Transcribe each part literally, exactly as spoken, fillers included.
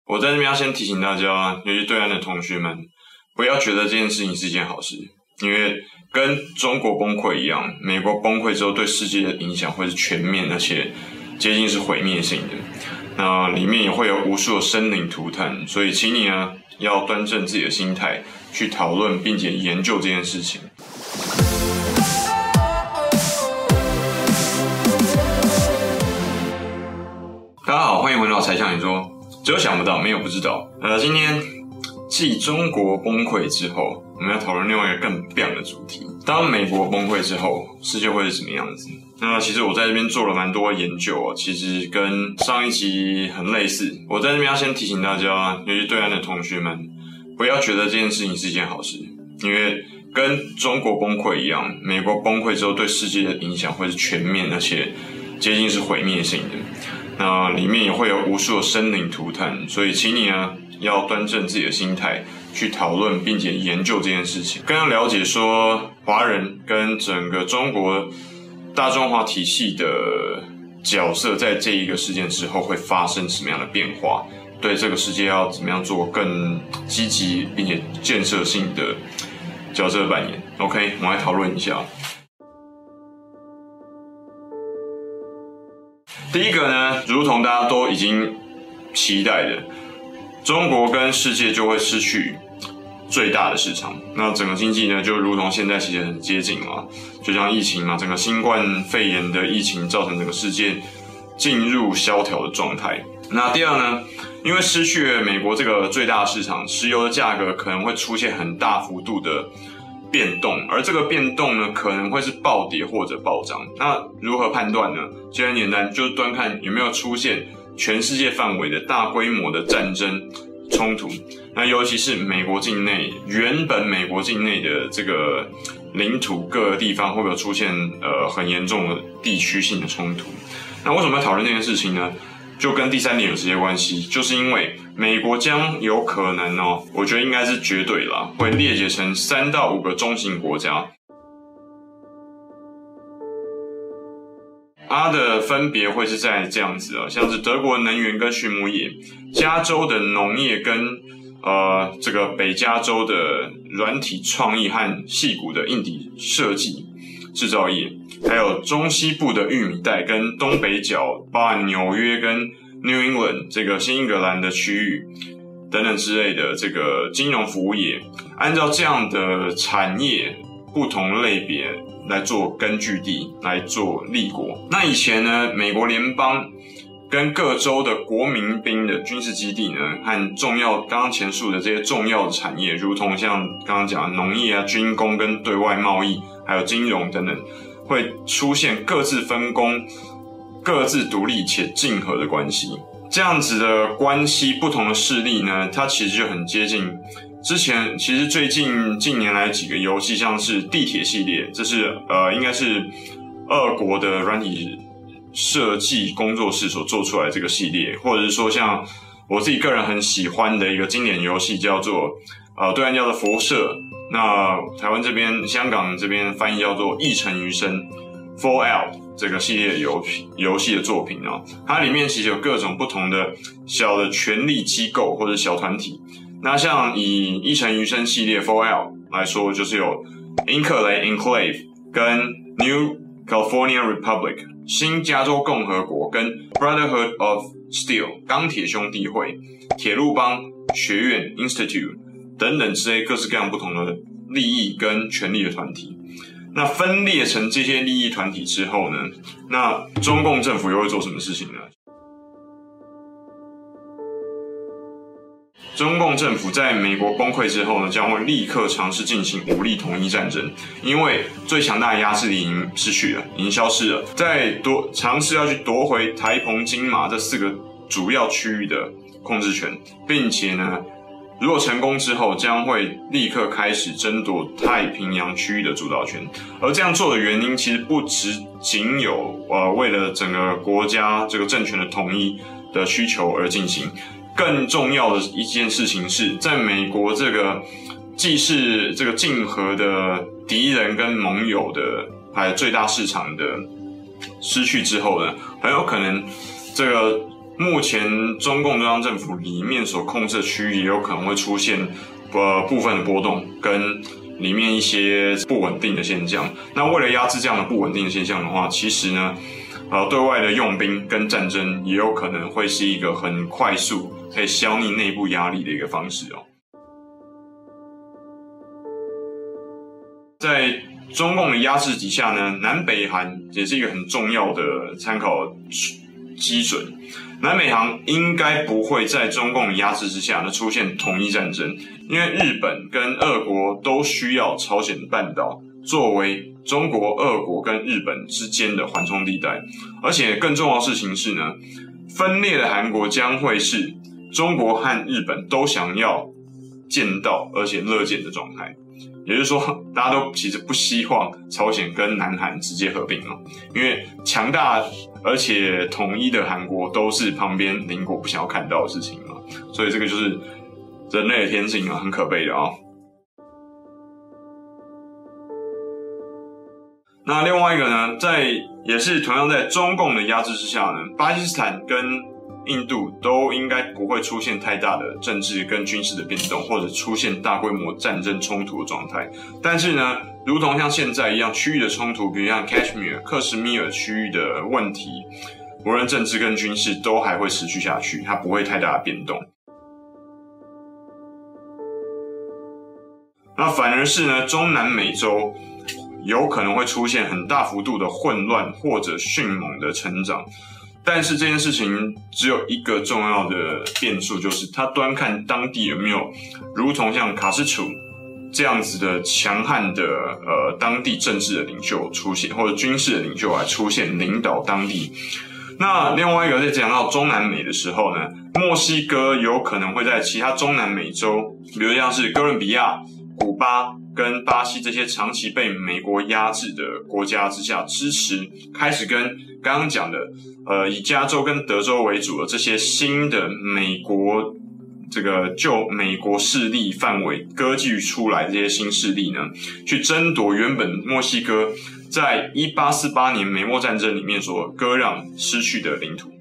我在这边要先提醒大家，尤其对岸的同学们，不要觉得这件事情是一件好事，因为跟中国崩溃一样，美国崩溃之后对世界的影响会是全面而且接近是毁灭性的。那里面也会有无数的生灵涂炭，所以请你呢要端正自己的心态，去讨论并且研究这件事情。大家好，欢迎回到才向你说，只有想不到，没有不知道。呃，今天继中国崩溃之后，我们要讨论另外一个更棒的主题。当美国崩溃之后，世界会是什么样子？那其实我在这边做了蛮多研究哦，其实跟上一集很类似。我在这边要先提醒大家，尤其对岸的同学们，不要觉得这件事情是一件好事，因为跟中国崩溃一样，美国崩溃之后对世界的影响会是全面而且接近是毁灭性的。那里面也会有无数的生灵涂炭，所以请你呢要端正自己的心态，去讨论并且研究这件事情，更要了解说华人跟整个中国大中华体系的角色在这一个事件之后会发生什么样的变化，对这个世界要怎么样做更积极并且建设性的角色扮演。 OK， 我们来讨论一下。第一个呢，如同大家都已经期待的，中国跟世界就会失去最大的市场，那整个经济呢就如同现在其实很接近嘛，就像疫情嘛，整个新冠肺炎的疫情造成整个世界进入萧条的状态。那第二呢，因为失去了美国这个最大的市场，石油的价格可能会出现很大幅度的变动，而这个变动呢可能会是暴跌或者暴涨。那如何判断呢？其实很简单，就是端看有没有出现全世界范围的大规模的战争冲突，那尤其是美国境内，原本美国境内的这个领土各个地方会不会有出现呃很严重的地区性的冲突？那为什么要讨论这件事情呢？就跟第三点有直接关系，就是因为美国将有可能哦，我觉得应该是绝对啦，会列解成三到五个中型国家。它的分别会是在这样子啊，像是德国能源跟畜牧业，加州的农业跟呃这个北加州的软体创意和矽谷的硬体设计制造业，还有中西部的玉米带跟东北角，包含纽约跟 New England 这个新英格兰的区域等等之类的这个金融服务业，按照这样的产业不同类别来做根据地来做立国。那以前呢，美国联邦跟各州的国民兵的军事基地呢，和重要刚刚前述的这些重要的产业，如同像刚刚讲的农业啊、军工跟对外贸易，还有金融等等，会出现各自分工、各自独立且竞合的关系。这样子的关系，不同的势力呢，它其实就很接近之前，其实最近近年来几个游戏，像是地铁系列，这是呃应该是俄国的软体设计工作室所做出来的这个系列，或者是说像我自己个人很喜欢的一个经典游戏叫做呃对岸叫做辐射，那台湾这边香港这边翻译叫做一城余生 Fallout 这个系列游游戏的作品啊，它里面其实有各种不同的小的权力机构或者小团体。那像以一城余生系列 Fallout 来说，就是有英克雷 Enclave 跟 New California Republic 新加州共和国跟 Brotherhood of Steel 钢铁兄弟会、铁路帮学院 Institute 等等之类各式各样不同的利益跟权力的团体。那分裂成这些利益团体之后呢，那中共政府又会做什么事情呢？中共政府在美国崩溃之后呢，将会立刻尝试进行武力统一战争，因为最强大的压制力已经失去了，已经消失了。在夺尝试要去夺回台澎金马这四个主要区域的控制权，并且呢，如果成功之后，将会立刻开始争夺太平洋区域的主导权。而这样做的原因，其实不只仅有呃为了整个国家这个政权的统一的需求而进行。更重要的一件事情是，在美国这个既是这个竞合的敌人跟盟友的还有最大市场的失去之后呢，很有可能这个目前中共中央政府里面所控制的区域也有可能会出现呃部分的波动跟里面一些不稳定的现象。那为了压制这样的不稳定的现象的话，其实呢，呃，对外的用兵跟战争也有可能会是一个很快速可以消弭内部压力的一个方式哦。在中共的压制底下呢，南北韩也是一个很重要的参考基准。南北韩应该不会在中共的压制之下呢出现统一战争，因为日本跟俄国都需要朝鲜半岛作为中国、俄国跟日本之间的缓冲地带。而且更重要的事情是呢，分裂的韩国将会是中国和日本都想要见到而且乐见的状态。也就是说，大家都其实不希望朝鲜跟南韩直接合并嘛，因为强大而且统一的韩国都是旁边邻国不想要看到的事情嘛，所以这个就是人类的天性啊，很可悲的啊。那另外一个呢，在也是同样在中共的压制之下呢，巴基斯坦跟印度都应该不会出现太大的政治跟军事的变动，或者出现大规模战争冲突的状态。但是呢，如同像现在一样，区域的冲突，比如像 Kashmir 克什米尔区域的问题，无论政治跟军事都还会持续下去，它不会太大的变动。那反而是呢，中南美洲有可能会出现很大幅度的混乱或者迅猛的成长。但是这件事情只有一个重要的变数，就是它端看当地有没有如同像卡斯楚这样子的强悍的呃当地政治的领袖出现，或者军事的领袖来出现领导当地。那另外一个在讲到中南美的时候呢，墨西哥有可能会在其他中南美洲，比如像是哥伦比亚、古巴跟巴西这些长期被美国压制的国家之下支持，开始跟刚刚讲的呃以加州跟德州为主的这些新的美国这个就美国势力范围割据出来的这些新势力呢，去争夺原本墨西哥在一八四八年美墨战争里面所割让失去的领土。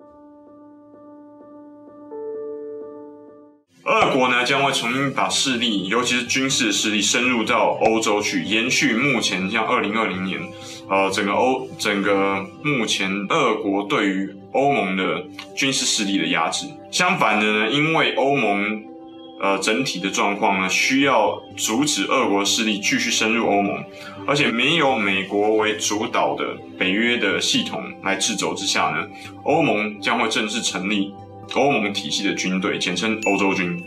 俄国呢将会重新把势力，尤其是军事势力深入到欧洲去，延续目前像二零二零年，呃，整个欧整个目前俄国对于欧盟的军事势力的压制。相反的呢，因为欧盟呃整体的状况呢，需要阻止俄国势力继续深入欧盟，而且没有美国为主导的北约的系统来掣肘之下呢，欧盟将会正式成立欧盟体系的军队，简称欧洲军。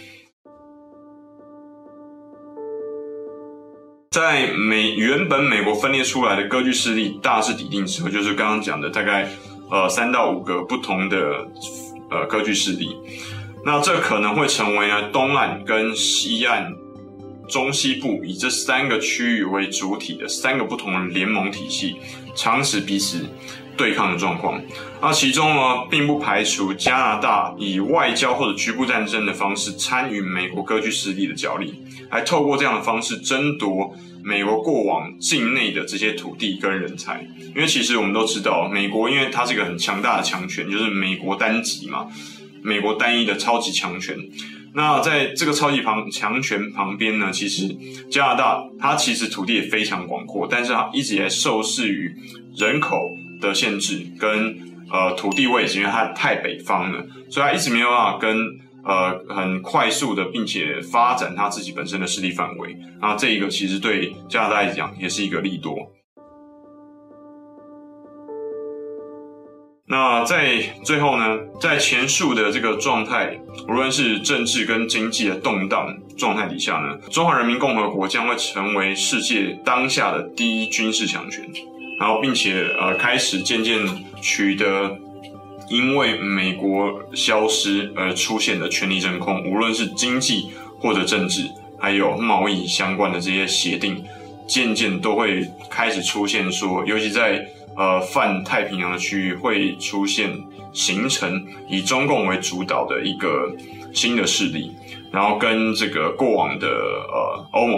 在美原本美国分裂出来的割据势力大致抵定之后，就是刚刚讲的大概呃三到五个不同的呃割据势力。那这可能会成为呢东岸跟西岸、中西部以这三个区域为主体的三个不同的联盟体系，长期彼此对抗的状况。那其中呢，并不排除加拿大以外交或者局部战争的方式参与美国割据势力的角力，来透过这样的方式争夺美国过往境内的这些土地跟人才。因为其实我们都知道，美国因为它是一个很强大的强权，就是美国单极嘛，美国单一的超级强权。那在这个超级旁强权旁边呢，其实加拿大它其实土地也非常广阔，但是它一直也受制于人口的限制跟呃土地位置，因为它太北方了，所以它一直没有办法跟呃很快速的并且发展它自己本身的势力范围。那这一个其实对加拿大来讲也是一个利多。那在最后呢，在前述的这个状态，无论是政治跟经济的动荡状态底下呢，中华人民共和国将会成为世界当下的第一军事强权，然后并且呃开始渐渐取得因为美国消失而出现的权力真空，无论是经济或者政治，还有贸易相关的这些协定，渐渐都会开始出现说，尤其在呃，泛太平洋的区域会出现形成以中共为主导的一个新的势力，然后跟这个过往的呃欧盟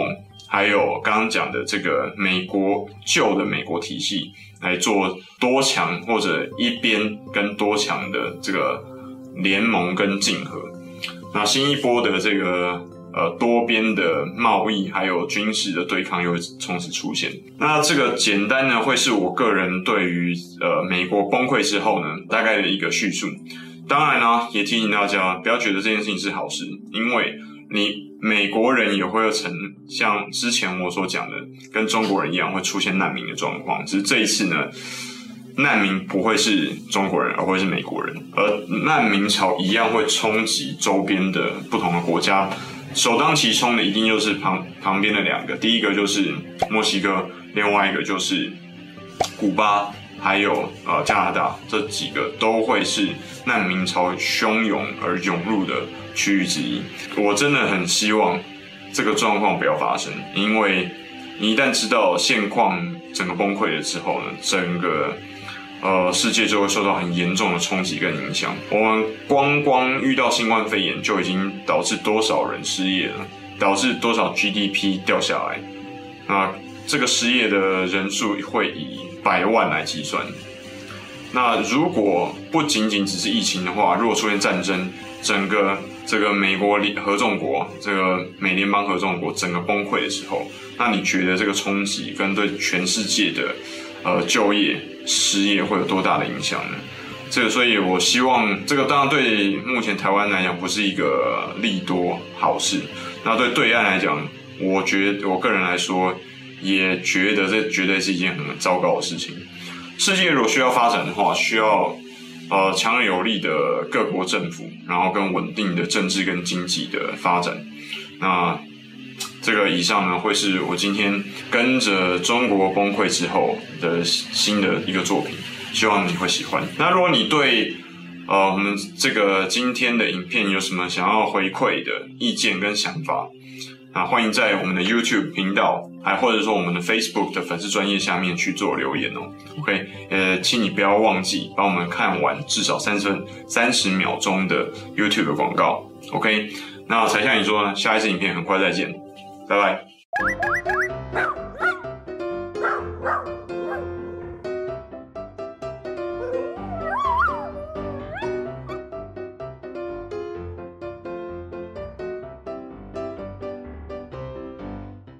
还有刚刚讲的这个美国旧的美国体系来做多强或者一边跟多强的这个联盟跟竞合。那新一波的这个呃多边的贸易还有军事的对抗又会从此出现。那这个简单呢会是我个人对于呃美国崩溃之后呢大概的一个叙述。当然呢也提醒大家不要觉得这件事情是好事，因为你美国人也会有成像之前我所讲的跟中国人一样会出现难民的状况，只是这一次呢难民不会是中国人而会是美国人，而难民潮一样会冲击周边的不同的国家，首当其冲的一定就是旁旁边的两个，第一个就是墨西哥，另外一个就是古巴还有呃加拿大，这几个都会是难民潮汹涌而涌入的区域之一。我真的很希望这个状况不要发生，因为你一旦知道现况整个崩溃了之后呢，整个呃世界就会受到很严重的冲击跟影响。我们光光遇到新冠肺炎就已经导致多少人失业了，导致多少 G D P 掉下来，那这个失业的人数会以百万来计算。那如果不仅仅只是疫情的话，如果出现战争，整个这个美国合众国，这个美联邦合众国整个崩溃的时候，那你觉得这个冲击跟对全世界的呃就业失业会有多大的影响呢？这个，所以我希望这个当然对目前台湾来讲不是一个利多好事，那对对岸来讲，我觉得我个人来说也觉得这绝对是一件很糟糕的事情。世界如果需要发展的话，需要呃强而有力的各国政府，然后跟稳定的政治跟经济的发展。那这个以上呢，会是我今天跟着中国崩溃之后的新的一个作品，希望你会喜欢。那如果你对呃我们这个今天的影片有什么想要回馈的意见跟想法，啊，欢迎在我们的 YouTube 频道，还或者说我们的 Facebook 的粉丝专页下面去做留言哦。OK， 呃，请你不要忘记帮我们看完至少三十分三十秒钟的 YouTube 的广告。OK， 那才向你说呢，下一次影片很快再见，拜拜。